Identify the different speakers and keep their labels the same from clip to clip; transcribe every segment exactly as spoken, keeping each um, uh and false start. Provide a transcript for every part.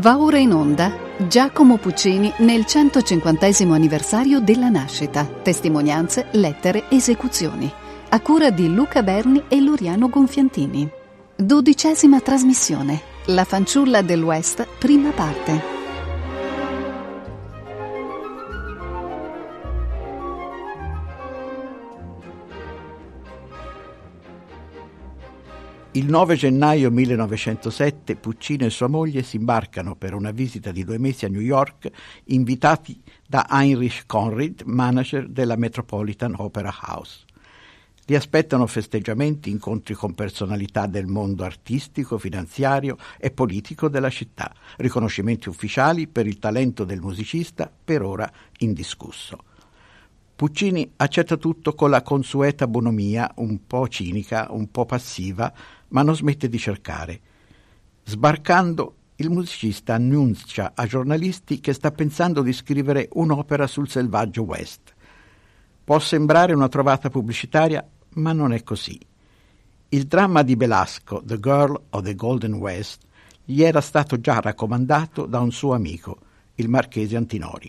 Speaker 1: Va ora in onda Giacomo Puccini nel centocinquantesimo anniversario della nascita. Testimonianze, lettere, esecuzioni. A cura di Luca Berni e Loriano Gonfiantini. Dodicesima trasmissione. La fanciulla del West, prima parte.
Speaker 2: Il nove gennaio millenovecentosette Puccini e sua moglie si imbarcano per una visita di due mesi a New York, invitati da Heinrich Conried, manager della Metropolitan Opera House. Li aspettano festeggiamenti, incontri con personalità del mondo artistico, finanziario e politico della città, riconoscimenti ufficiali per il talento del musicista, per ora indiscusso. Puccini accetta tutto con la consueta bonomia, un po' cinica, un po' passiva, ma non smette di cercare. Sbarcando, il musicista annuncia a giornalisti che sta pensando di scrivere un'opera sul selvaggio West. Può sembrare una trovata pubblicitaria, ma non è così. Il dramma di Belasco, The Girl of the Golden West, gli era stato già raccomandato da un suo amico, il marchese Antinori.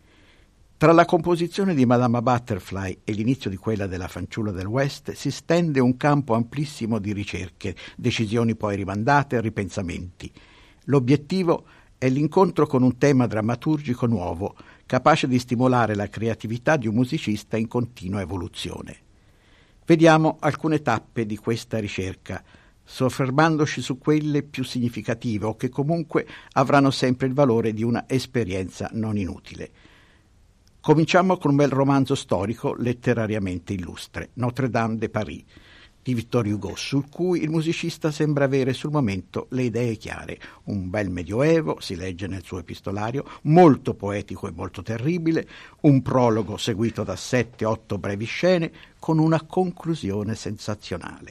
Speaker 2: Tra la composizione di Madama Butterfly e l'inizio di quella della Fanciulla del West si stende un campo amplissimo di ricerche, decisioni poi rimandate e ripensamenti. L'obiettivo è l'incontro con un tema drammaturgico nuovo, capace di stimolare la creatività di un musicista in continua evoluzione. Vediamo alcune tappe di questa ricerca, soffermandoci su quelle più significative o che comunque avranno sempre il valore di una esperienza non inutile. Cominciamo con un bel romanzo storico letterariamente illustre, Notre-Dame de Paris, di Victor Hugo, su cui il musicista sembra avere sul momento le idee chiare. Un bel medioevo, si legge nel suo epistolario, molto poetico e molto terribile, un prologo seguito da sette otto brevi scene, con una conclusione sensazionale.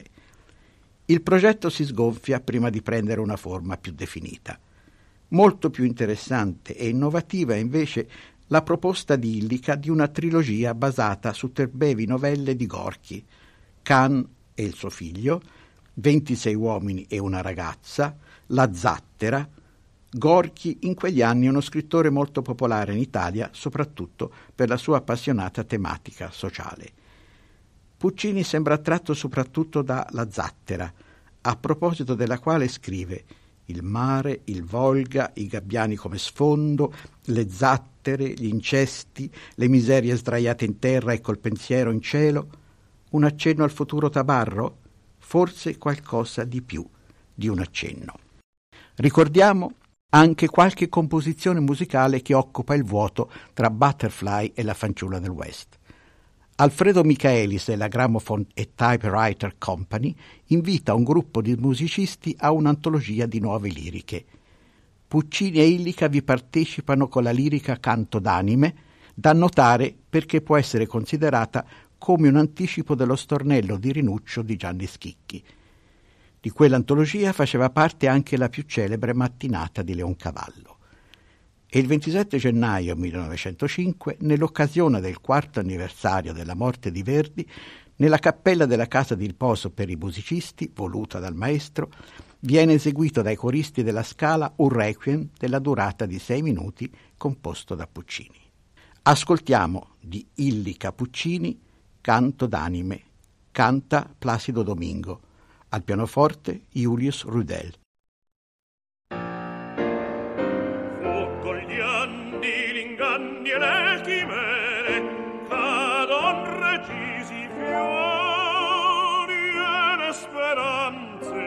Speaker 2: Il progetto si sgonfia prima di prendere una forma più definita. Molto più interessante e innovativa è invece la proposta di Illica di una trilogia basata su tre brevi novelle di Gorky, Can e il suo figlio, ventisei uomini e una ragazza, La zattera. Gorky in quegli anni è uno scrittore molto popolare in Italia, soprattutto per la sua appassionata tematica sociale. Puccini sembra attratto soprattutto da La zattera, a proposito della quale scrive: il mare, il Volga, i gabbiani come sfondo, le zattere, gli incesti, le miserie sdraiate in terra e col pensiero in cielo. Un accenno al futuro tabarro? Forse qualcosa di più di un accenno. Ricordiamo anche qualche composizione musicale che occupa il vuoto tra Butterfly e la Fanciulla del West. Alfredo Michaelis della Gramophone e Typewriter Company invita un gruppo di musicisti a un'antologia di nuove liriche. Puccini e Illica vi partecipano con la lirica Canto d'anime, da notare perché può essere considerata come un anticipo dello stornello di Rinuccio di Gianni Schicchi. Di quell'antologia faceva parte anche la più celebre Mattinata di Leoncavallo. E il ventisette gennaio millenovecentocinque, nell'occasione del quarto anniversario della morte di Verdi, nella cappella della casa di riposo per i musicisti, voluta dal maestro, viene eseguito dai coristi della Scala un requiem della durata di sei minuti composto da Puccini. Ascoltiamo di Illica Puccini Canto d'anime, canta Placido Domingo, al pianoforte Julius Rudel.
Speaker 3: E le chimere cadon recisi fiori e le speranze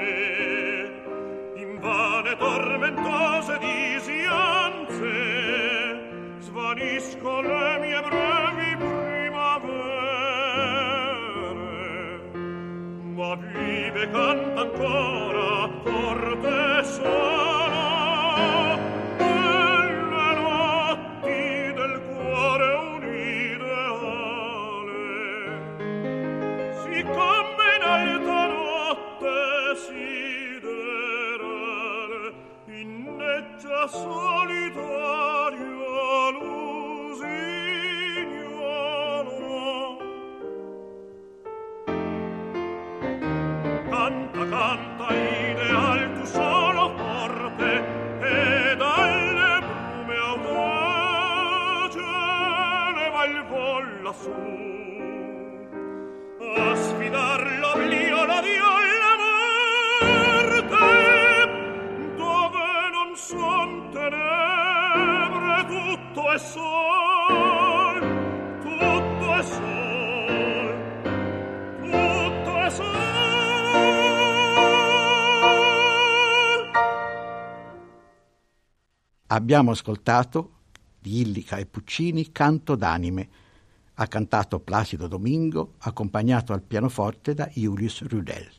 Speaker 3: invane tormentose disianze svanisco le mie brevi primavere ma vive canta ancora torna sono lassù a sfidar l'oblio, l'odio e la morte, dove non son tenebre, tutto è sol, tutto è sol, tutto è sol.
Speaker 2: Abbiamo ascoltato di Illica e Puccini Canto d'anime. Ha cantato Placido Domingo, accompagnato al pianoforte da Julius Rudel.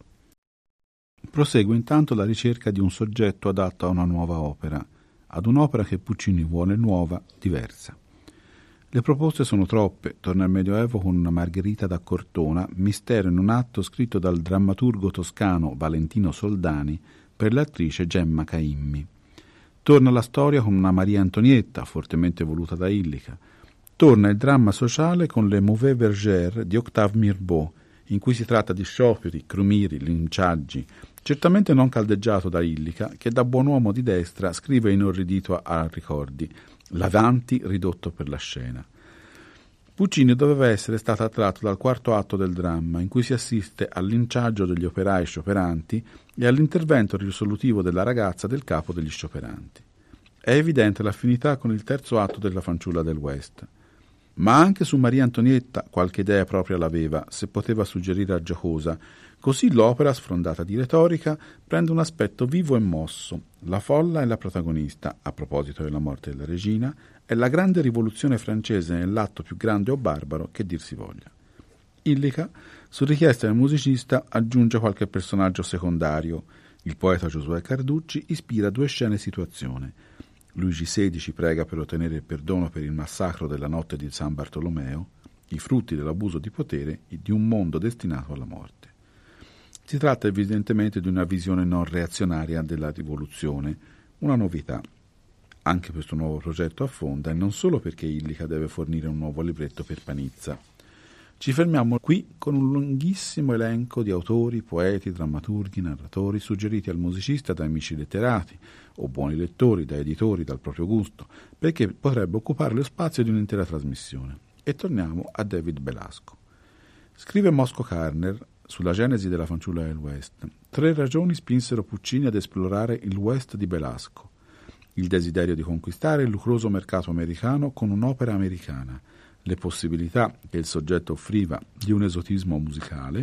Speaker 4: Prosegue intanto la ricerca di un soggetto adatto a una nuova opera, ad un'opera che Puccini vuole nuova, diversa. Le proposte sono troppe. Torna al Medioevo con una Margherita da Cortona, mistero in un atto scritto dal drammaturgo toscano Valentino Soldani per l'attrice Gemma Caimmi. Torna la storia con una Maria Antonietta, fortemente voluta da Illica. Torna il dramma sociale con Le Mauvais Vergers di Octave Mirbeau, in cui si tratta di scioperi, crumiri, linciaggi, certamente non caldeggiato da Illica, che da buon uomo di destra scrive inorridito a ricordi, l'avanti ridotto per la scena. Puccini doveva essere stato attratto dal quarto atto del dramma, in cui si assiste al linciaggio degli operai scioperanti e all'intervento risolutivo della ragazza del capo degli scioperanti. È evidente l'affinità con il terzo atto della Fanciulla del West. Ma anche su Maria Antonietta qualche idea propria l'aveva, se poteva suggerire a giocosa. Così l'opera, sfrondata di retorica, prende un aspetto vivo e mosso. La folla è la protagonista, a proposito della morte della regina, è la grande rivoluzione francese nell'atto più grande o barbaro che dir si voglia. Illica, su richiesta del musicista, aggiunge qualche personaggio secondario. Il poeta Giosuè Carducci ispira due scene situazione. Luigi sedicesimo prega per ottenere il perdono per il massacro della notte di San Bartolomeo, i frutti dell'abuso di potere e di un mondo destinato alla morte. Si tratta evidentemente di una visione non reazionaria della rivoluzione, una novità. Anche questo nuovo progetto affonda, e non solo perché Illica deve fornire un nuovo libretto per Panizza. Ci fermiamo qui con un lunghissimo elenco di autori, poeti, drammaturghi, narratori suggeriti al musicista da amici letterati o buoni lettori, da editori, dal proprio gusto, perché potrebbe occupare lo spazio di un'intera trasmissione. E torniamo a David Belasco. Scrive Mosco Carner sulla genesi della Fanciulla del West. Tre ragioni spinsero Puccini ad esplorare il West di Belasco. Il desiderio di conquistare il lucroso mercato americano con un'opera americana, le possibilità che il soggetto offriva di un esotismo musicale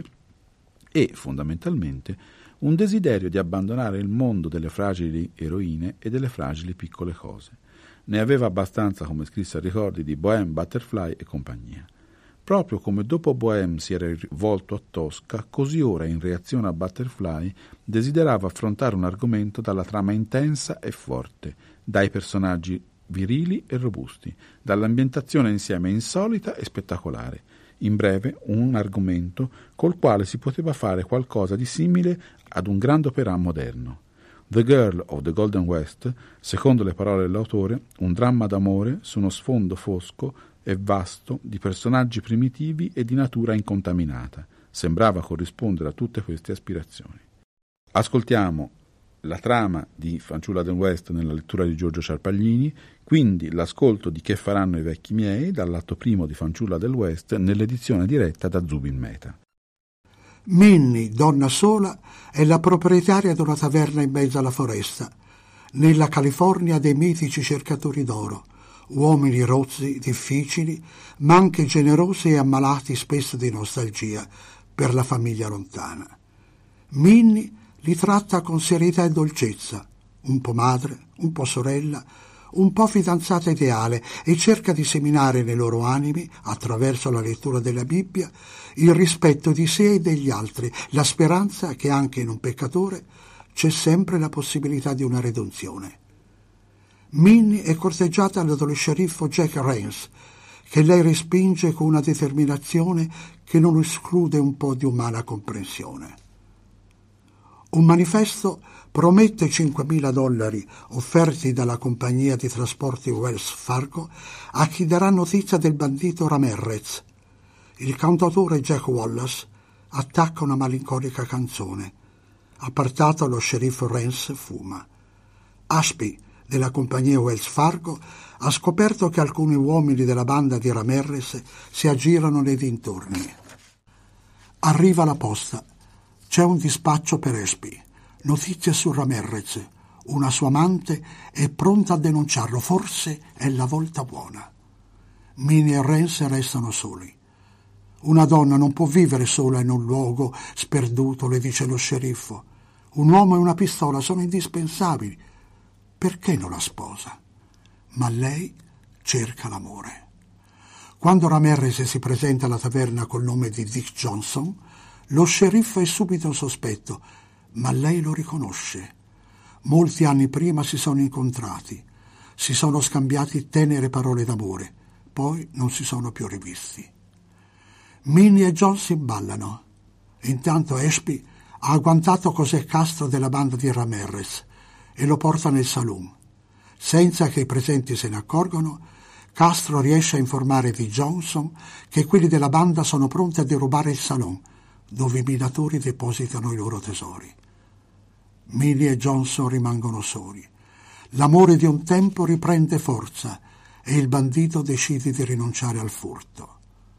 Speaker 4: e, fondamentalmente, un desiderio di abbandonare il mondo delle fragili eroine e delle fragili piccole cose. Ne aveva abbastanza, come scrisse a ricordi, di Bohème, Butterfly e compagnia. Proprio come dopo Bohème si era rivolto a Tosca, così ora, in reazione a Butterfly, desiderava affrontare un argomento dalla trama intensa e forte, dai personaggi virili e robusti, dall'ambientazione insieme insolita e spettacolare. In breve, un argomento col quale si poteva fare qualcosa di simile ad un grande opera moderno. The Girl of the Golden West, secondo le parole dell'autore, un dramma d'amore su uno sfondo fosco e vasto di personaggi primitivi e di natura incontaminata. Sembrava corrispondere a tutte queste aspirazioni. Ascoltiamo la trama di Fanciulla del West nella lettura di Giorgio Ciarpaglini, quindi l'ascolto di Che faranno i vecchi miei dall'atto primo di Fanciulla del West nell'edizione diretta da Zubin Mehta.
Speaker 5: Minnie, donna sola, è la proprietaria di una taverna in mezzo alla foresta, nella California dei mitici cercatori d'oro, uomini rozzi, difficili, ma anche generosi e ammalati spesso di nostalgia per la famiglia lontana. Minnie li tratta con serietà e dolcezza, un po' madre, un po' sorella, un po' fidanzata ideale, e cerca di seminare nei loro animi, attraverso la lettura della Bibbia, il rispetto di sé e degli altri, la speranza che anche in un peccatore c'è sempre la possibilità di una redenzione. Minnie è corteggiata dallo sceriffo Jack Rains, che lei respinge con una determinazione che non esclude un po' di umana comprensione. Un manifesto promette cinquemila dollari offerti dalla compagnia di trasporti Wells Fargo a chi darà notizia del bandito Ramirez. Il cantautore Jack Wallace attacca una malinconica canzone. Appartato, lo sceriffo Rains fuma. Ashby, della compagnia Wells Fargo ha scoperto che alcuni uomini della banda di Ramirez si aggirano nei dintorni. Arriva la posta. C'è un dispaccio per Espy. Notizie su Ramirez. Una sua amante è pronta a denunciarlo. Forse è la volta buona. Minnie e Rance restano soli. Una donna non può vivere sola in un luogo sperduto, le dice lo sceriffo. Un uomo e una pistola sono indispensabili. Perché non la sposa? Ma lei cerca l'amore. Quando Ramirez si presenta alla taverna col nome di Dick Johnson, lo sceriffo è subito un sospetto, ma lei lo riconosce. Molti anni prima si sono incontrati, si sono scambiati tenere parole d'amore, poi non si sono più rivisti. Minnie e John si imballano. Intanto Espy ha agguantato José Castro della banda di Ramirez e lo porta nel saloon. Senza che i presenti se ne accorgano, Castro riesce a informare di Johnson che quelli della banda sono pronti a derubare il saloon, dove i minatori depositano i loro tesori. Minnie e Johnson rimangono soli. L'amore di un tempo riprende forza e il bandito decide di rinunciare al furto.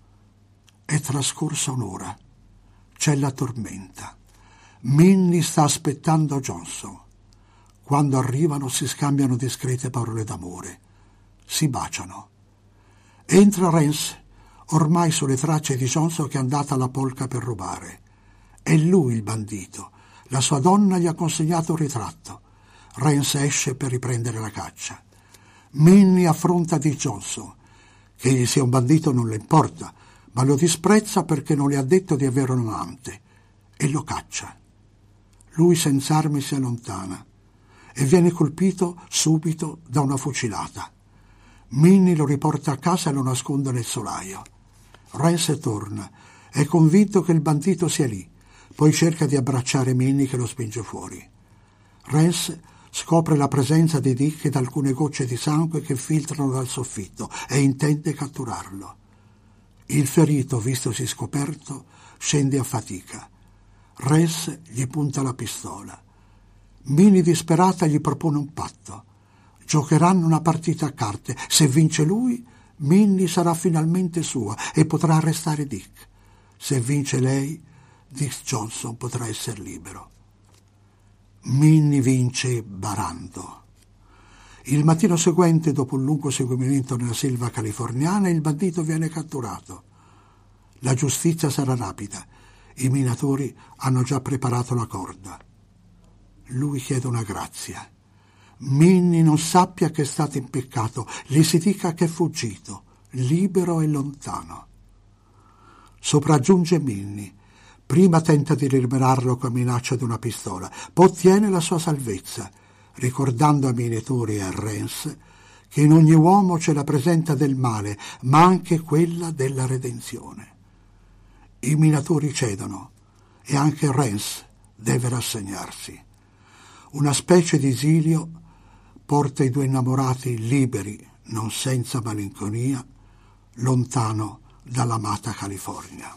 Speaker 5: È trascorsa un'ora. C'è la tormenta. Minnie sta aspettando Johnson. Quando arrivano si scambiano discrete parole d'amore. Si baciano. Entra Rance, ormai sulle tracce di Johnson che è andata alla polca per rubare. È lui il bandito. La sua donna gli ha consegnato un ritratto. Rance esce per riprendere la caccia. Minnie affronta Dick Johnson. Che egli sia un bandito non le importa, ma lo disprezza perché non le ha detto di avere un amante, e lo caccia. Lui senza armi si allontana e viene colpito subito da una fucilata. Minnie lo riporta a casa e lo nasconde nel solaio. Rance torna, è convinto che il bandito sia lì, poi cerca di abbracciare Minnie che lo spinge fuori. Rance scopre la presenza di Dick ed alcune gocce di sangue che filtrano dal soffitto e intende catturarlo. Il ferito, vistosi scoperto, scende a fatica. Rance gli punta la pistola. Minnie disperata gli propone un patto. Giocheranno una partita a carte. Se vince lui, Minnie sarà finalmente sua e potrà arrestare Dick. Se vince lei, Dick Johnson potrà essere libero. Minnie vince barando. Il mattino seguente, dopo un lungo seguimento nella selva californiana, il bandito viene catturato. La giustizia sarà rapida. I minatori hanno già preparato la corda. Lui chiede una grazia. Minnie non sappia che è stato impiccato, le si dica che è fuggito, libero e lontano. Sopraggiunge Minnie. Prima tenta di liberarlo con minaccia di una pistola, poi ottiene la sua salvezza, ricordando ai minatori e a Rance che in ogni uomo c'è la presenza del male, ma anche quella della redenzione. I minatori cedono e anche Rance deve rassegnarsi. Una specie di esilio porta i due innamorati liberi, non senza malinconia, lontano dall'amata California.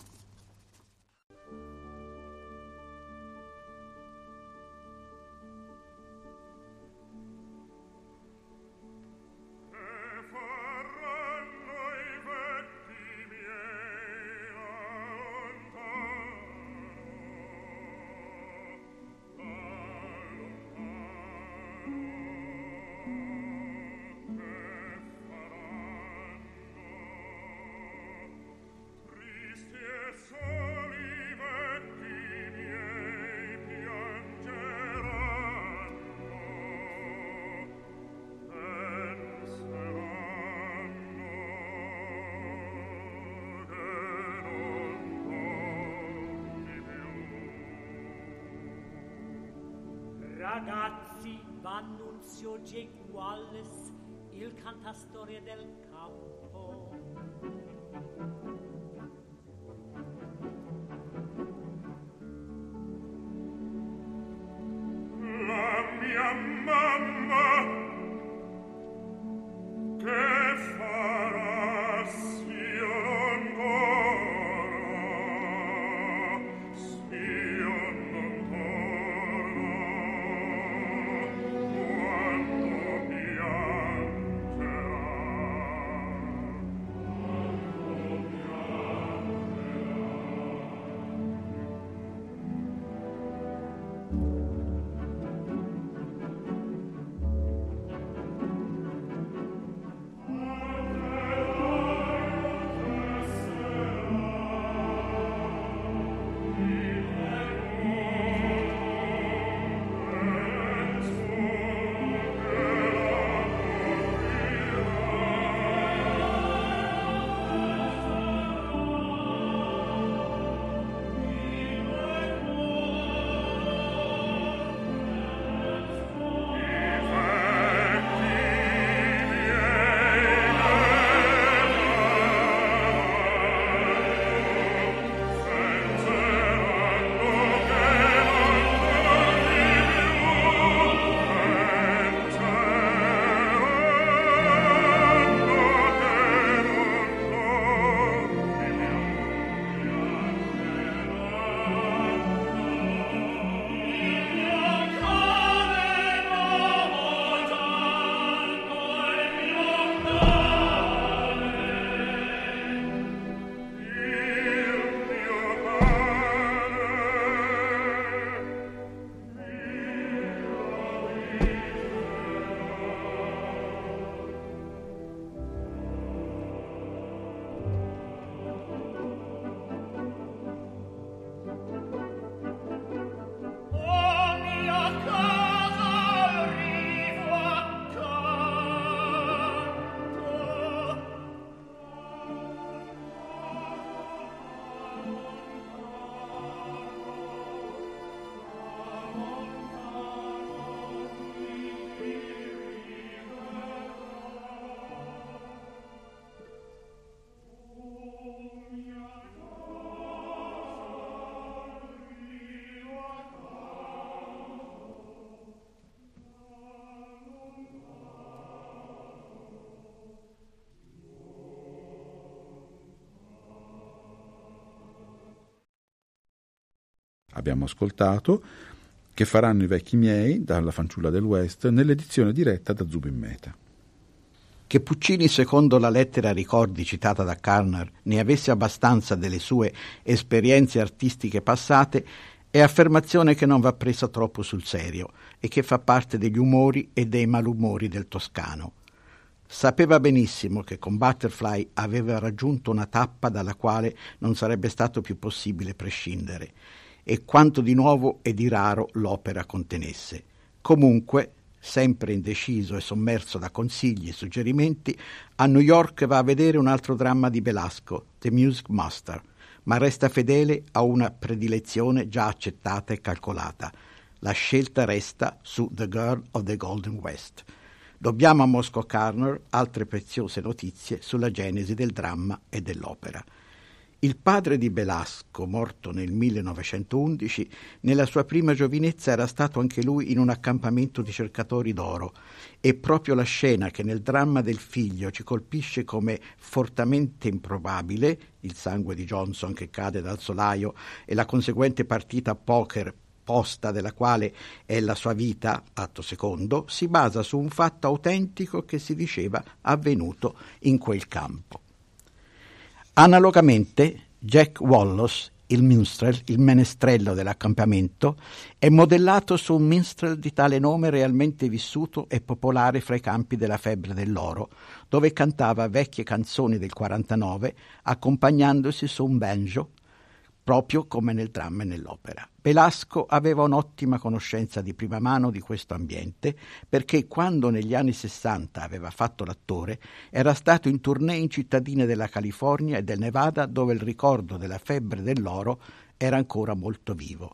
Speaker 6: Ragazzi, Vannunzio Jake Wallace, il cantastorie del campo.
Speaker 3: La mia mamma che farà s'io non torno, s'io non torno, quando mi
Speaker 4: Abbiamo ascoltato Che faranno i vecchi miei, dalla Fanciulla del West, nell'edizione diretta da Zubin Mehta.
Speaker 2: Che Puccini, secondo la lettera ricordi citata da Karner, ne avesse abbastanza delle sue esperienze artistiche passate è affermazione che non va presa troppo sul serio e che fa parte degli umori e dei malumori del toscano. Sapeva benissimo che con Butterfly aveva raggiunto una tappa dalla quale non sarebbe stato più possibile prescindere, e quanto di nuovo e di raro l'opera contenesse. Comunque, sempre indeciso e sommerso da consigli e suggerimenti, a New York va a vedere un altro dramma di Belasco, The Music Master, ma resta fedele a una predilezione già accettata e calcolata. La scelta resta su The Girl of the Golden West. Dobbiamo a Moscow Karner altre preziose notizie sulla genesi del dramma e dell'opera. Il padre di Belasco, morto nel millenovecentoundici, nella sua prima giovinezza era stato anche lui in un accampamento di cercatori d'oro, e proprio la scena che nel dramma del figlio ci colpisce come fortemente improbabile, il sangue di Johnson che cade dal solaio e la conseguente partita a poker posta della quale è la sua vita, atto secondo, si basa su un fatto autentico che si diceva avvenuto in quel campo. Analogamente, Jack Wallace, il minstrel, il menestrello dell'accampamento, è modellato su un minstrel di tale nome realmente vissuto e popolare fra i campi della febbre dell'oro, dove cantava vecchie canzoni del quarantanove accompagnandosi su un banjo, proprio come nel dramma e nell'opera. Belasco aveva un'ottima conoscenza di prima mano di questo ambiente, perché quando negli anni sessanta aveva fatto l'attore era stato in tournée in cittadine della California e del Nevada, dove il ricordo della febbre dell'oro era ancora molto vivo.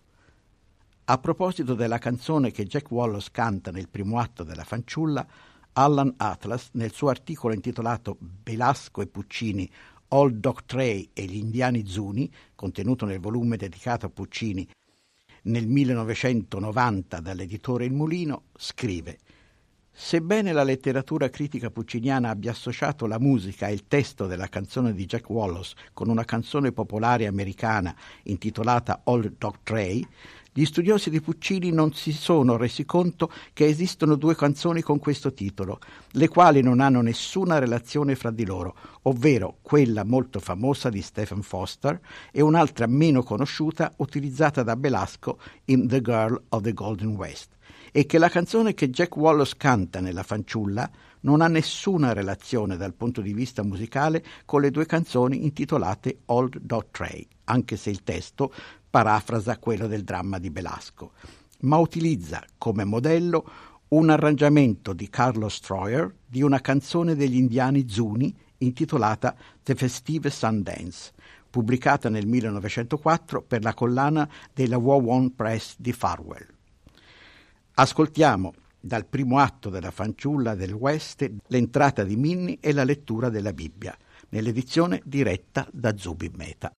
Speaker 2: A proposito della canzone che Jack Wallace canta nel primo atto della Fanciulla, Alan Atlas, nel suo articolo intitolato Belasco e Puccini, Old Dog Tray e gli indiani Zuni, contenuto nel volume dedicato a Puccini nel millenovecentonovanta dall'editore Il Mulino, scrive: sebbene la letteratura critica pucciniana abbia associato la musica e il testo della canzone di Jack Wallace con una canzone popolare americana intitolata Old Dog Tray, gli studiosi di Puccini non si sono resi conto che esistono due canzoni con questo titolo, le quali non hanno nessuna relazione fra di loro, ovvero quella molto famosa di Stephen Foster e un'altra meno conosciuta utilizzata da Belasco in The Girl of the Golden West, e che la canzone che Jack Wallace canta nella Fanciulla non ha nessuna relazione dal punto di vista musicale con le due canzoni intitolate Old Dog Tray, anche se il testo parafrasa quello del dramma di Belasco, ma utilizza come modello un arrangiamento di Carlos Troyer di una canzone degli indiani Zuni intitolata The Festive Sundance, pubblicata nel millenovecentoquattro per la collana della Wawon Press di Farwell. Ascoltiamo dal primo atto della Fanciulla del West l'entrata di Minnie e la lettura della Bibbia, nell'edizione diretta da Zubin Mehta.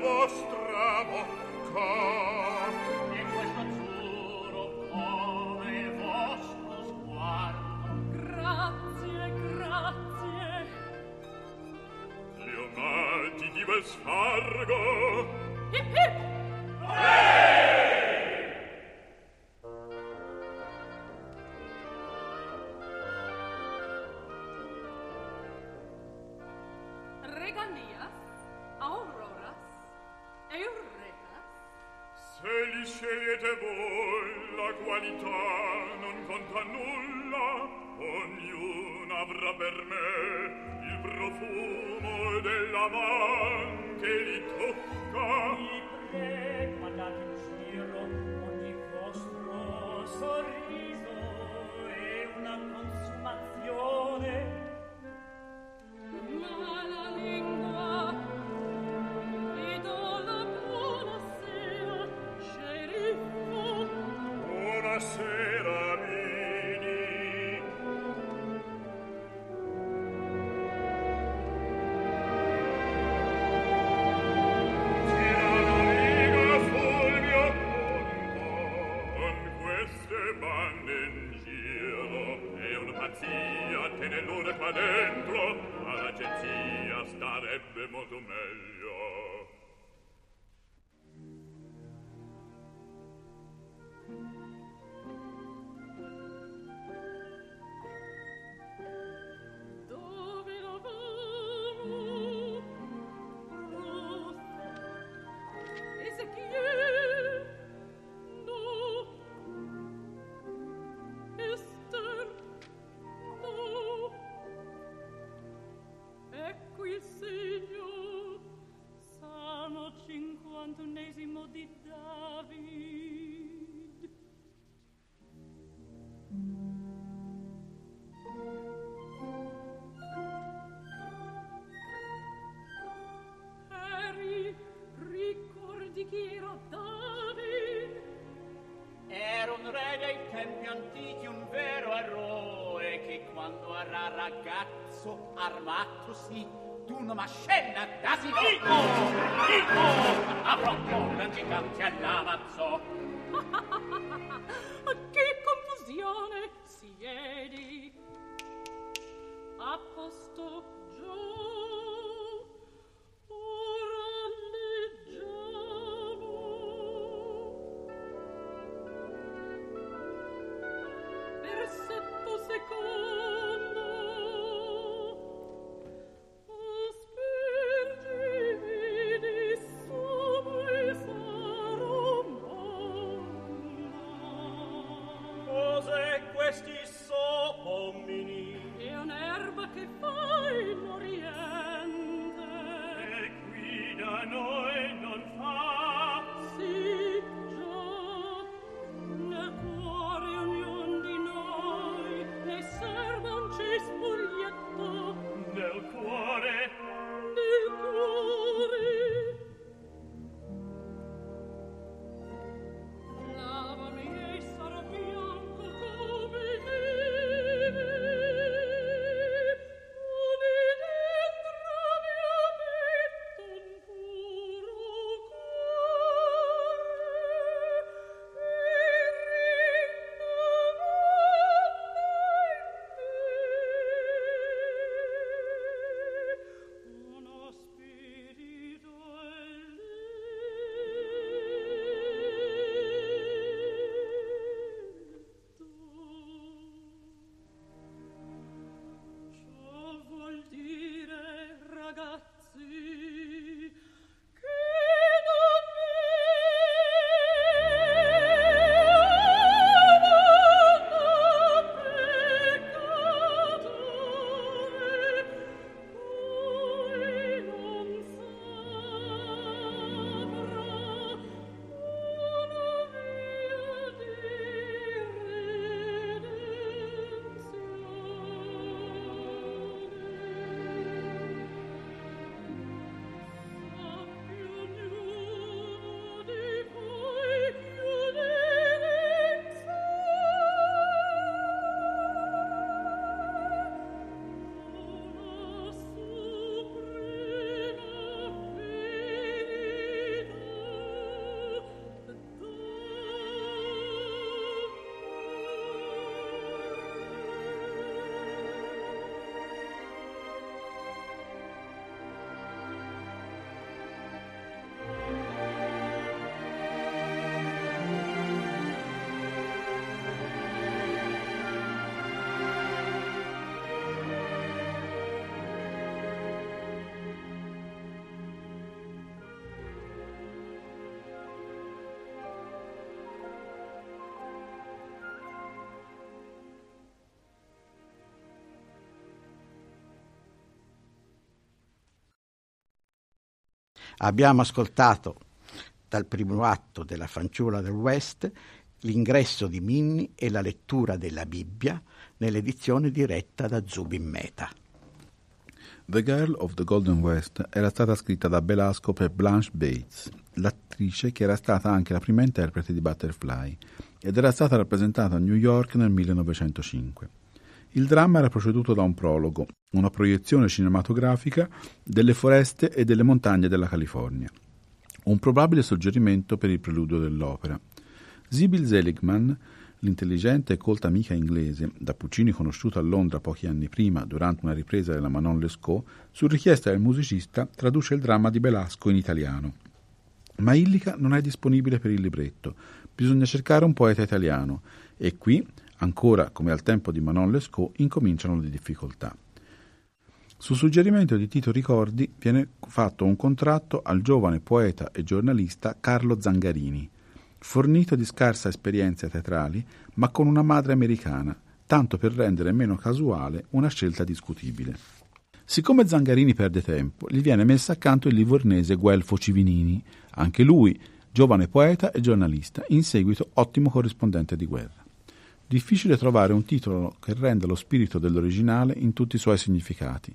Speaker 3: vostra bocca.
Speaker 6: E questo azzurro come il vostro sguardo.
Speaker 7: Grazie, grazie.
Speaker 3: Leonardi di bel sfargo.
Speaker 7: Hip hip! Regalias, auroras, eurekas.
Speaker 3: Se li scegliete voi, la qualità non conta nulla. Ognuno avrà per me il profumo della man che li tocca.
Speaker 6: Vi prego, mandate in giro ogni vostro sorriso è una consumazione.
Speaker 7: Ma la lingua vi do la buonasera, sceriffo.
Speaker 3: Buonasera, Mini. Tira la riga sul mio conto, con queste bande in giro. È una pazzia tenerlo qua dentro. All'agenzia starebbe molto meglio.
Speaker 7: Dove lavamo? Ruth. Ezechiel? No. Esther? No. Ecco il segno, sano cinquantunesimo di David. Harry, ricordi chi era David?
Speaker 6: Era un re dei tempi antichi, un vero eroe che quando era ragazzo armatosi d'una mascella d'asino Dico! Dico! Avrò un gigante all'avanzo.
Speaker 7: Che confusione! Siedi. A posto, Joe. Ora leggiamo. Versetto secondo. Aspergimi di sopra Sarumanna.
Speaker 6: Cos'è questi sopomini?
Speaker 7: È un'erba che fa in Oriente.
Speaker 6: E qui da noi non fa.
Speaker 7: Sì, già, nel cuore ognuno di noi ne serva un cespuglietto.
Speaker 6: Nel cuore
Speaker 7: Nel cuore. Lavami e sarò bianco come neve. Come dentro mi ametto un puro
Speaker 2: Abbiamo ascoltato dal primo atto della Fanciulla del West l'ingresso di Minnie e la lettura della Bibbia nell'edizione diretta da Zubin Mehta.
Speaker 4: The Girl of the Golden West era stata scritta da Belasco per Blanche Bates, l'attrice che era stata anche la prima interprete di Butterfly, ed era stata rappresentata a New York nel millenovecentocinque. Il dramma era preceduto da un prologo, una proiezione cinematografica delle foreste e delle montagne della California, un probabile suggerimento per il preludio dell'opera. Sybil Seligman, l'intelligente e colta amica inglese, da Puccini conosciuta a Londra pochi anni prima durante una ripresa della Manon Lescaut, su richiesta del musicista traduce il dramma di Belasco in italiano. Ma Illica non è disponibile per il libretto, bisogna cercare un poeta italiano e qui, ancora come al tempo di Manon Lescaut, incominciano le difficoltà. Su suggerimento di Tito Ricordi viene fatto un contratto al giovane poeta e giornalista Carlo Zangarini, fornito di scarsa esperienza teatrali, ma con una madre americana, tanto per rendere meno casuale una scelta discutibile. Siccome Zangarini perde tempo, gli viene messo accanto il livornese Guelfo Civinini, anche lui giovane poeta e giornalista, in seguito ottimo corrispondente di guerra. Difficile trovare un titolo che renda lo spirito dell'originale in tutti i suoi significati.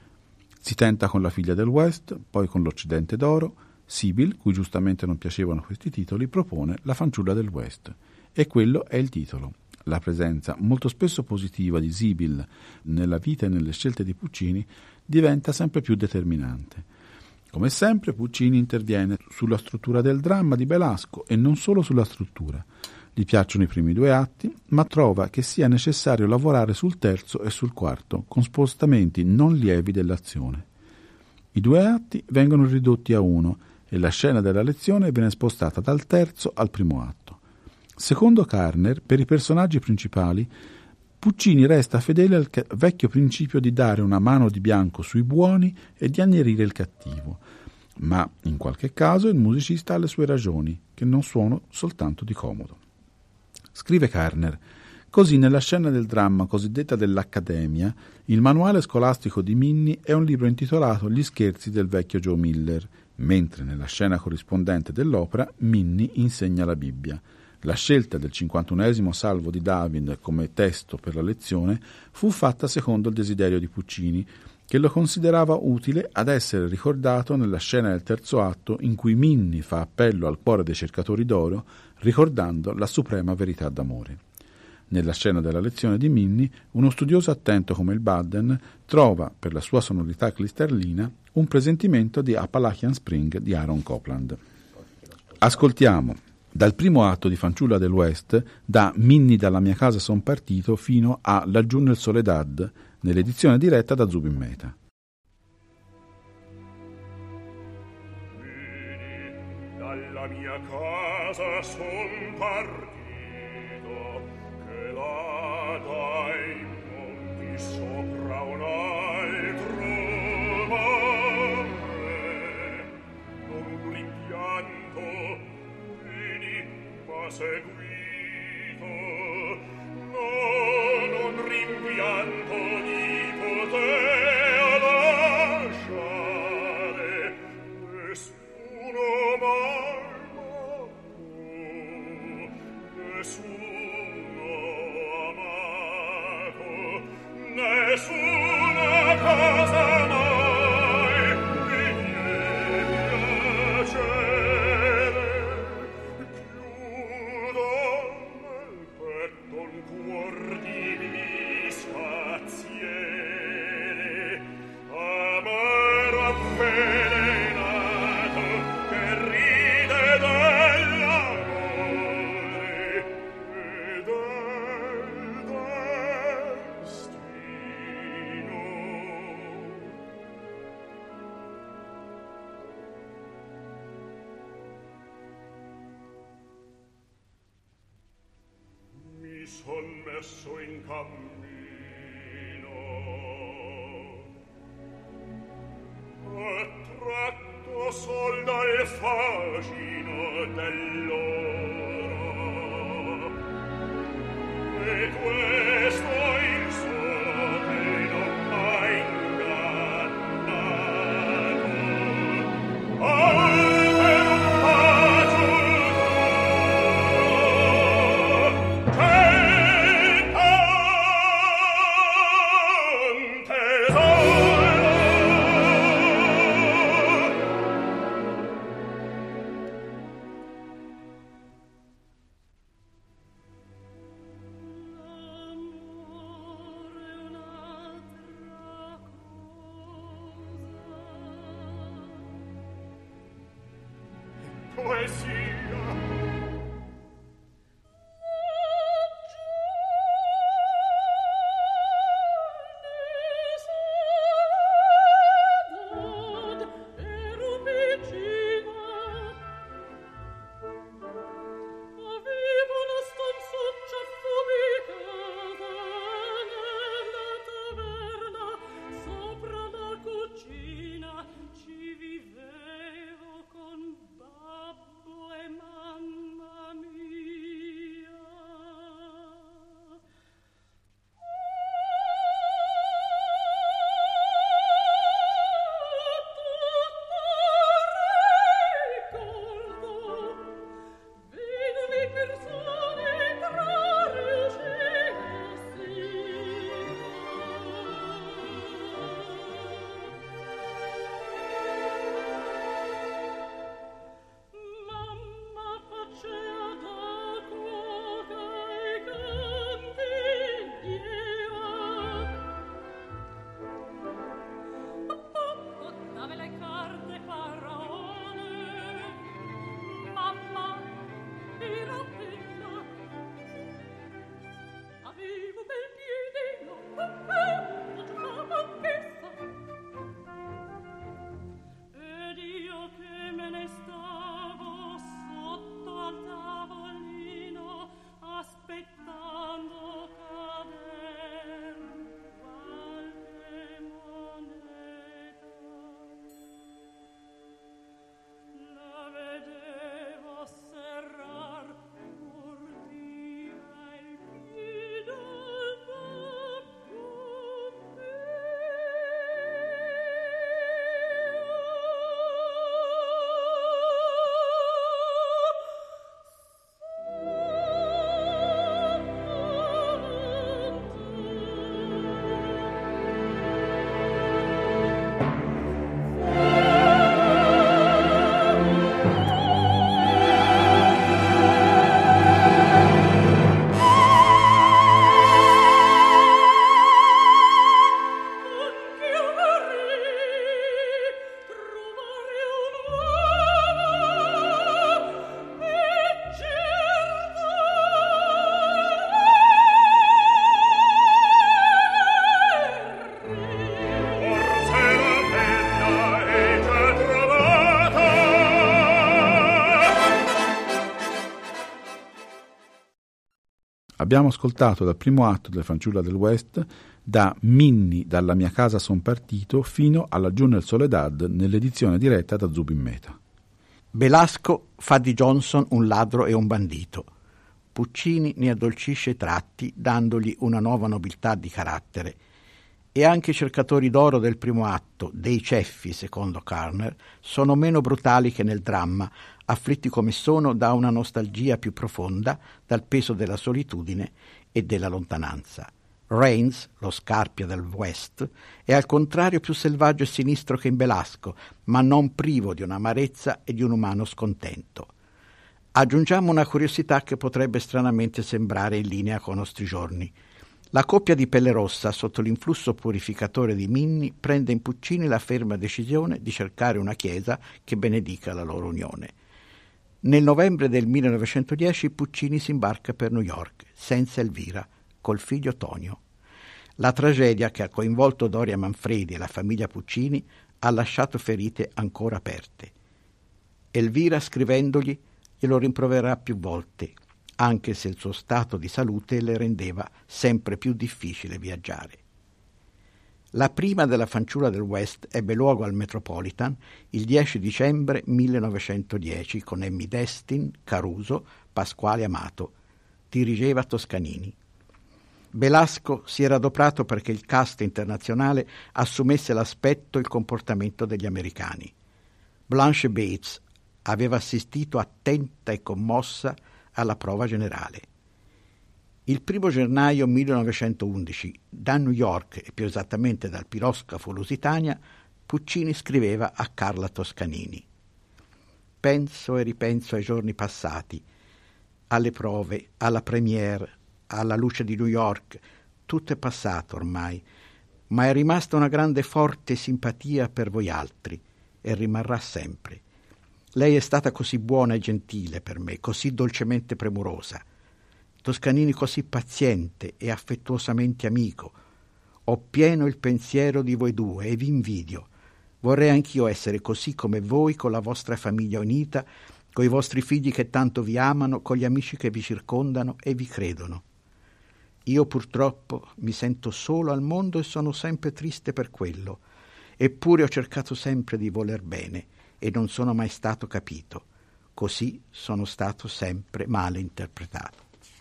Speaker 4: Si tenta con La figlia del West, poi con L'Occidente d'oro. Sybil, cui giustamente non piacevano questi titoli, propone La fanciulla del West, e quello è il titolo. La presenza molto spesso positiva di Sybil nella vita e nelle scelte di Puccini diventa sempre più determinante. Come sempre Puccini interviene sulla struttura del dramma di Belasco e non solo sulla struttura. Gli piacciono i primi due atti, ma trova che sia necessario lavorare sul terzo e sul quarto, con spostamenti non lievi dell'azione. I due atti vengono ridotti a uno e la scena della lezione viene spostata dal terzo al primo atto. Secondo Karner, per i personaggi principali, Puccini resta fedele al ca- vecchio principio di dare una mano di bianco sui buoni e di annerire il cattivo, ma in qualche caso il musicista ha le sue ragioni, che non sono soltanto di comodo. Scrive Karner: così nella scena del dramma cosiddetta dell'Accademia, il manuale scolastico di Minnie è un libro intitolato Gli scherzi del vecchio Joe Miller, mentre nella scena corrispondente dell'opera Minnie insegna la Bibbia. La scelta del cinquantunesimo salvo di David come testo per la lezione fu fatta secondo il desiderio di Puccini, che lo considerava utile ad essere ricordato nella scena del terzo atto in cui Minnie fa appello al cuore dei cercatori d'oro, ricordando la suprema verità d'amore. Nella scena della lezione di Minnie, uno studioso attento come il Baden trova, per la sua sonorità cristalina, un presentimento di Appalachian Spring di Aaron Copland. Ascoltiamo dal primo atto di Fanciulla del West, da Minnie dalla mia casa son partito fino a Laggiù nel Soledad, nell'edizione diretta da Zubin Mehta.
Speaker 3: Minnie dalla mia casa son partito, che là dai monti sopra un altro mare, non rimpianto, Minnie m'ha seguito, no, non rimpianto di poter lasciare nessuno mai, ma nessuno amato, nessuna cosa mai mi viene piacere. Chiudo nel petto un cuor di misfazione, amaro avvelenato che ride dell'amore e del destino. Mi son messo in cammino, attratto sol dal fascino dell'oro, e questo il solo che non m'ha ingannato. Ah!
Speaker 4: Abbiamo ascoltato dal primo atto della Fanciulla del West, da Minni, dalla mia casa son partito, fino alla Giù nel Soledad, nell'edizione diretta da Zubin Mehta.
Speaker 2: Belasco fa di Johnson un ladro e un bandito. Puccini ne addolcisce i tratti, dandogli una nuova nobiltà di carattere. E anche i cercatori d'oro del primo atto, dei ceffi, secondo Karner, sono meno brutali che nel dramma, afflitti come sono da una nostalgia più profonda, dal peso della solitudine e della lontananza. Rains, lo Scarpia del West, è al contrario più selvaggio e sinistro che in Belasco, ma non privo di un'amarezza e di un umano scontento. Aggiungiamo una curiosità che potrebbe stranamente sembrare in linea con i nostri giorni. La coppia di Pelle Rossa, sotto l'influsso purificatore di Minni, prende in Puccini la ferma decisione di cercare una chiesa che benedica la loro unione. Nel novembre del millenovecentodieci Puccini si imbarca per New York, senza Elvira, col figlio Tonio. La tragedia che ha coinvolto Doria Manfredi e la famiglia Puccini ha lasciato ferite ancora aperte. Elvira, scrivendogli, glielo rimproverà più volte, anche se il suo stato di salute le rendeva sempre più difficile viaggiare. La prima della Fanciulla del West ebbe luogo al Metropolitan il dieci dicembre millenovecentodieci con Emmy Destin, Caruso, Pasquale Amato. Dirigeva Toscanini. Belasco si era adoperato perché il cast internazionale assumesse l'aspetto e il comportamento degli americani. Blanche Bates aveva assistito attenta e commossa alla prova generale. Il primo gennaio millenovecentoundici, da New York e più esattamente dal piroscafo Lusitania, Puccini scriveva a Carla Toscanini: «Penso e ripenso ai giorni passati, alle prove, alla premiere, alla luce di New York. Tutto è passato ormai, ma è rimasta una grande forte simpatia per voi altri e rimarrà sempre. Lei è stata così buona e gentile per me, così dolcemente premurosa. Toscanini così paziente e affettuosamente amico. Ho pieno il pensiero di voi due e vi invidio. Vorrei anch'io essere così come voi, con la vostra famiglia unita, con i vostri figli che tanto vi amano, con gli amici che vi circondano e vi credono. Io purtroppo mi sento solo al mondo e sono sempre triste per quello. Eppure ho cercato sempre di voler bene e non sono mai stato capito. Così sono stato sempre male interpretato.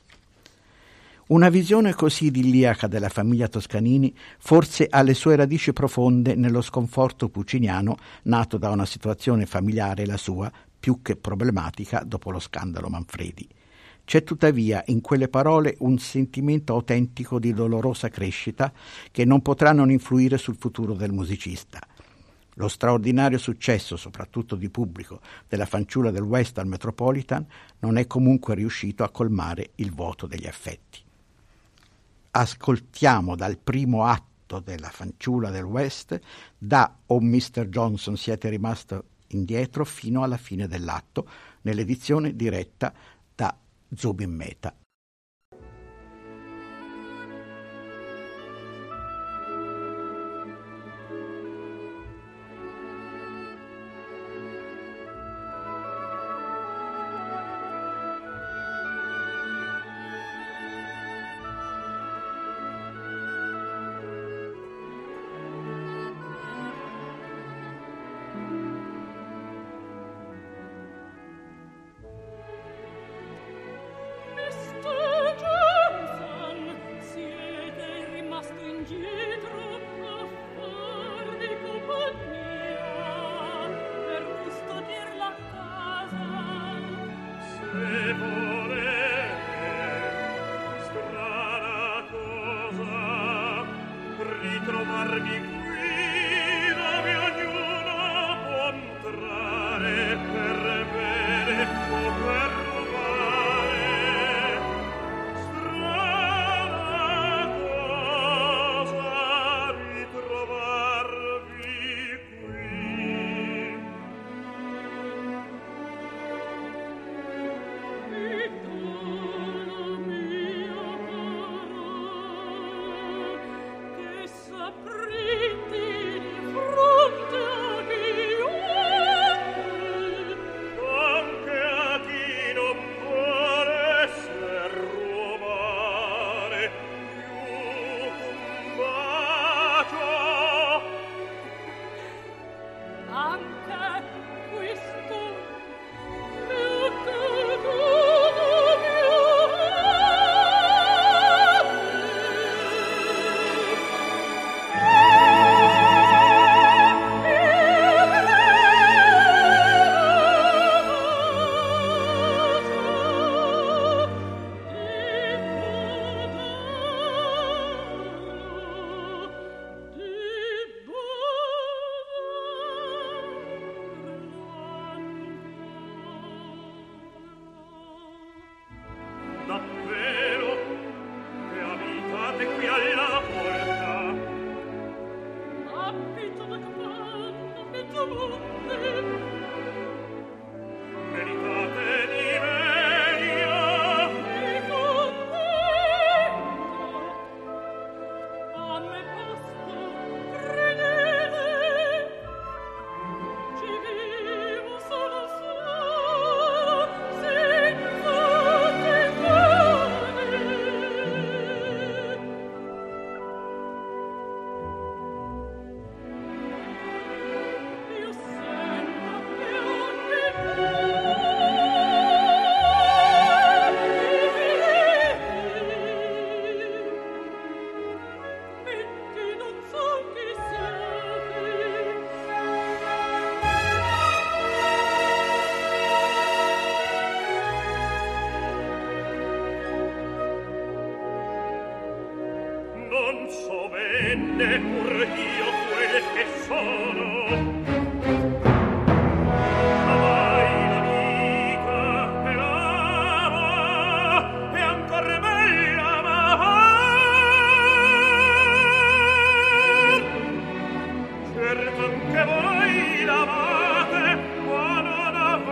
Speaker 2: Una visione così idilliaca della famiglia Toscanini forse ha le sue radici profonde nello sconforto pucciniano nato da una situazione familiare, la sua, più che problematica dopo lo scandalo Manfredi. C'è tuttavia in quelle parole un sentimento autentico di dolorosa crescita che non potrà non influire sul futuro del musicista. Lo straordinario successo, soprattutto di pubblico, della fanciulla del West al Metropolitan non è comunque riuscito a colmare il vuoto degli affetti. Ascoltiamo dal primo atto della fanciulla del West, da O mister Johnson siete rimasto indietro, fino alla fine dell'atto, nell'edizione diretta da Zubin Mehta.
Speaker 3: Certo che voi l'amate, ma non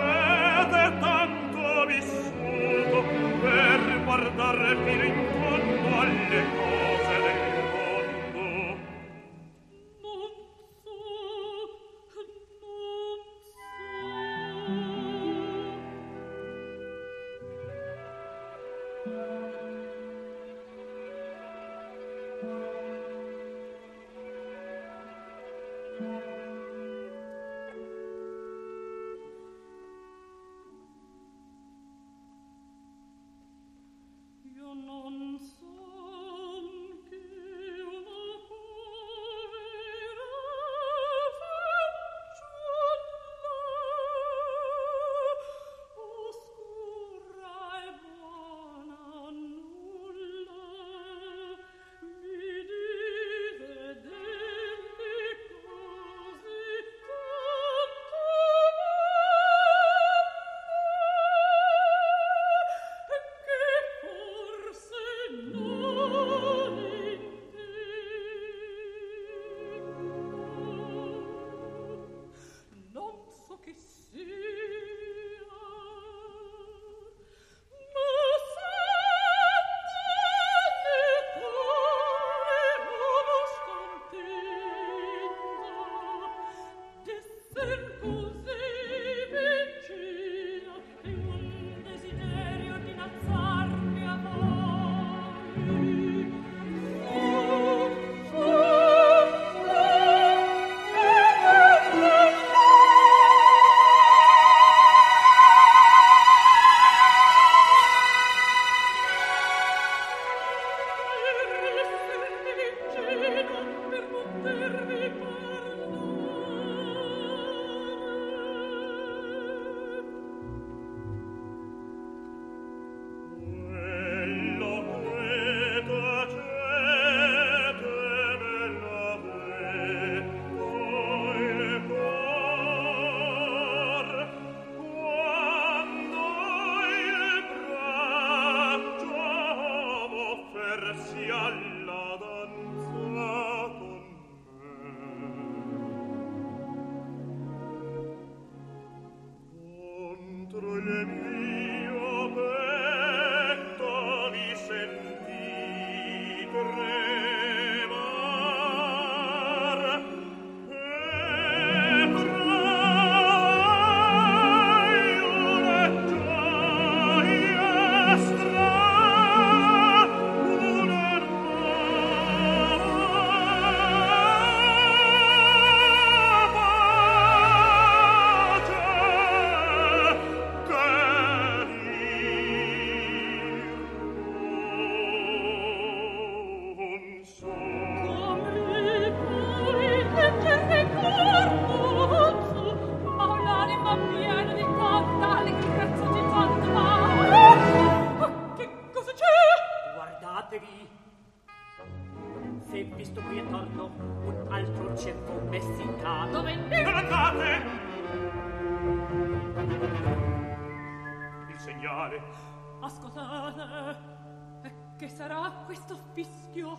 Speaker 3: male.
Speaker 7: Ascoltate, e che sarà questo fischio?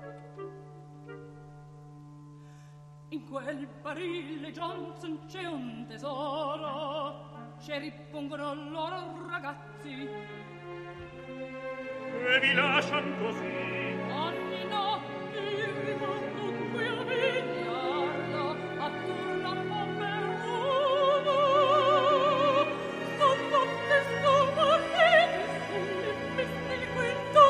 Speaker 7: In quel barile Johnson c'è un tesoro, ci ripongono loro ragazzi
Speaker 3: e vi lascian così.
Speaker 7: Ogni notte io rimango qui a vegliarla, attorno a Pomerano. Son notte scomarrete, son le feste di quinto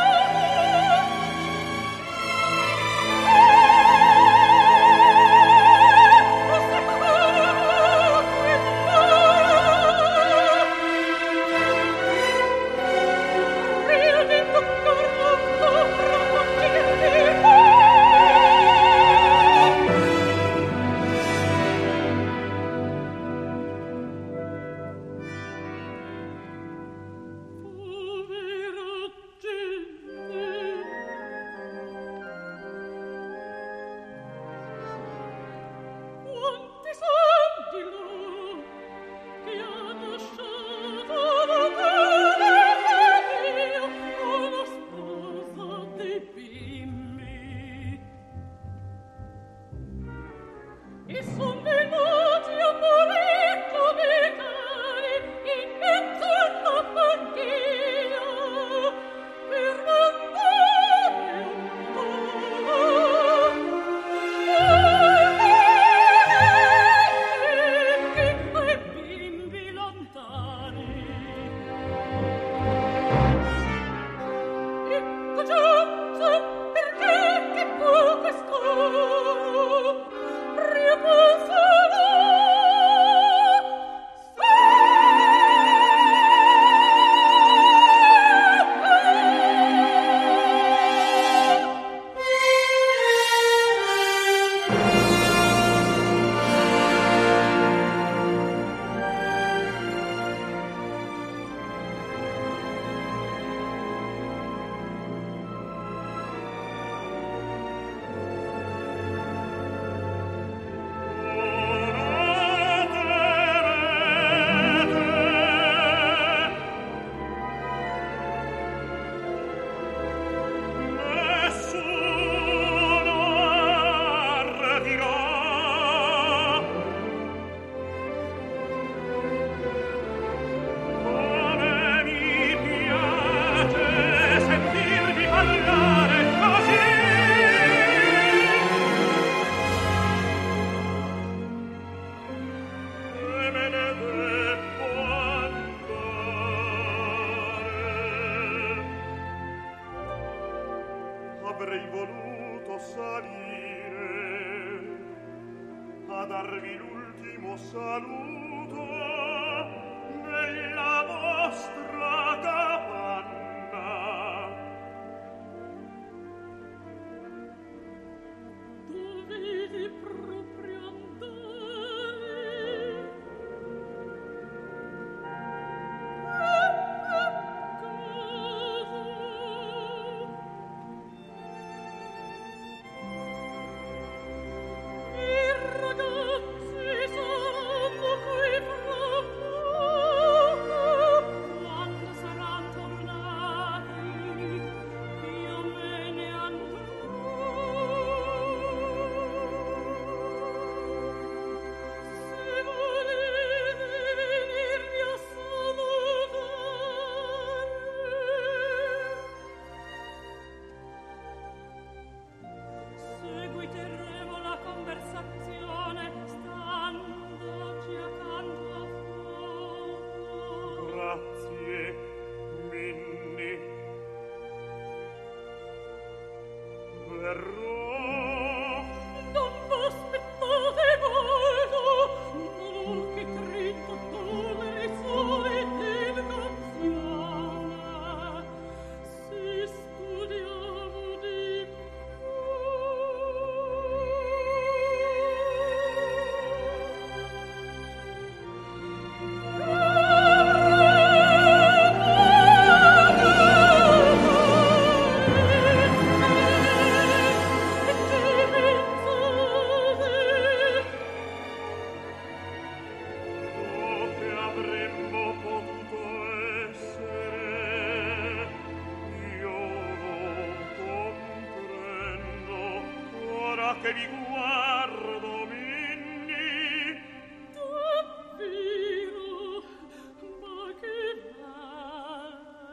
Speaker 3: avrei voluto salire a darvi l'ultimo saluto nella vostra capanna.
Speaker 7: Dovevi proprio andare a casa. I ragazzi saranno qui fra poco, quando saran tornati io me ne andrò. Se volete venirmi a salutare, seguiteremo la conversazione standoci accanto a fuoco.
Speaker 3: Grazie, Minni. Verrò.
Speaker 7: Non v'aspettate molto, non che trenta dollari soliti l'occasione. Si studiamo di più.
Speaker 3: che vi guardo, Minni.
Speaker 7: Davvero, ma che va?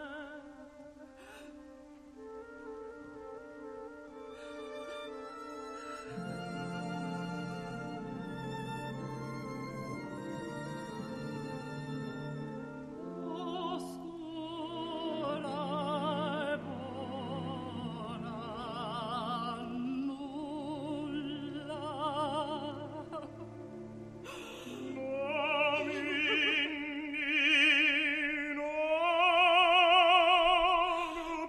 Speaker 7: Oh, sola e buona, nulla.
Speaker 3: No, Minni, non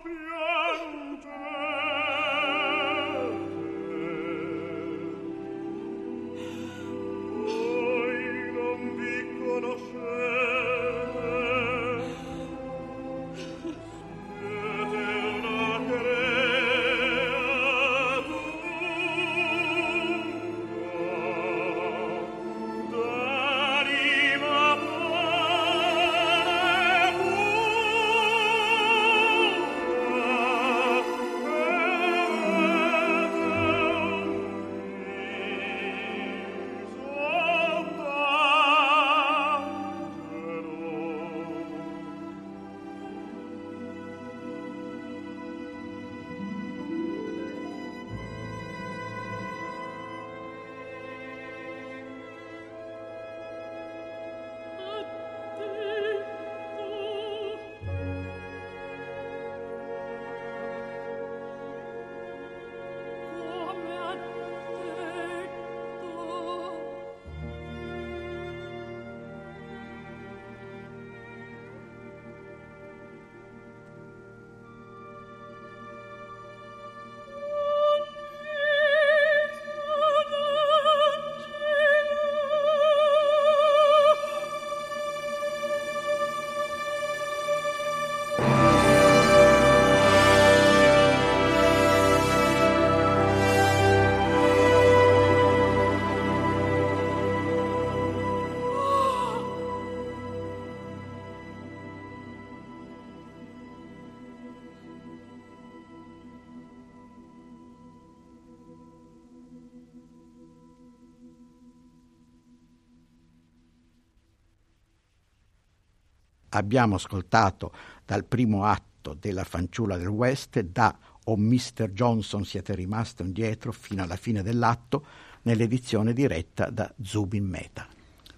Speaker 3: piangete. Voi non vi conoscete. Siete una creatura d'anima
Speaker 7: Come ha detto.
Speaker 2: Abbiamo ascoltato dal primo atto della Fanciulla del West, da O mister Johnson siete rimasto indietro fino alla fine dell'atto, nell'edizione diretta da Zubin Mehta.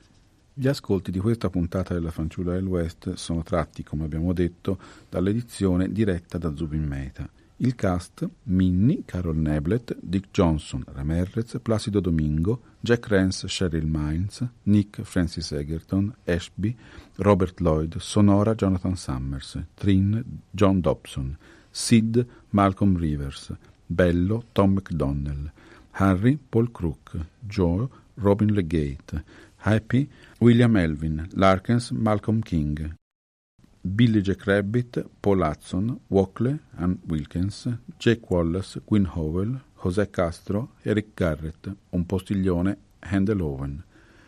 Speaker 4: Gli ascolti di questa puntata della Fanciulla del West sono tratti, come abbiamo detto, dall'edizione diretta da Zubin Mehta. Il cast: Minni, Carol Neblett, Dick Johnson, Ramirez, Placido Domingo, Jack Rance, Cheryl Mines, Nick, Francis Egerton, Ashby, Robert Lloyd, Sonora, Jonathan Summers, Trin, John Dobson, Sid, Malcolm Rivers, Bello, Tom McDonnell, Harry, Paul Crook, Joe, Robin Legate, Happy, William Elvin, Larkins, Malcolm King, Billy Jack Rabbit, Paul Hudson, Walkley, Ann Wilkins, Jake Wallace, Gwyn Howell, José Castro, Eric Garrett, un postiglione, Handel Owen.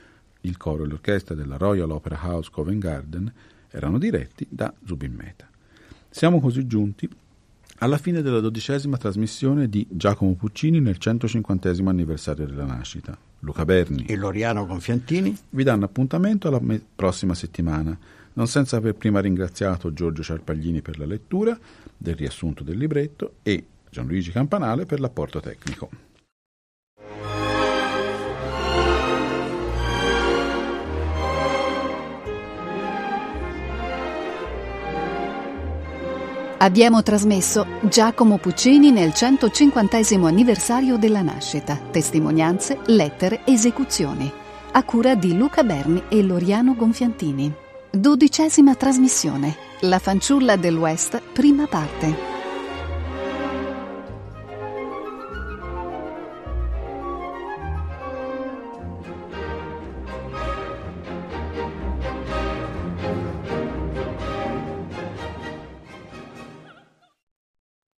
Speaker 4: Il coro e l'orchestra della Royal Opera House Covent Garden erano diretti da Zubin Mehta. Siamo così giunti alla fine della dodicesima trasmissione di Giacomo Puccini nel centocinquantesimo anniversario della nascita. Luca Berni
Speaker 2: e Loriano Gonfiantini
Speaker 4: vi danno appuntamento alla me- prossima settimana, non senza aver prima ringraziato Giorgio Ciarpaglini per la lettura del riassunto del libretto e Gianluigi Campanale per l'apporto tecnico.
Speaker 1: Abbiamo trasmesso Giacomo Puccini nel centocinquantesimo anniversario della nascita. Testimonianze, lettere, esecuzioni. A cura di Luca Berni e Loriano Gonfiantini. Dodicesima trasmissione. La fanciulla del West, prima parte.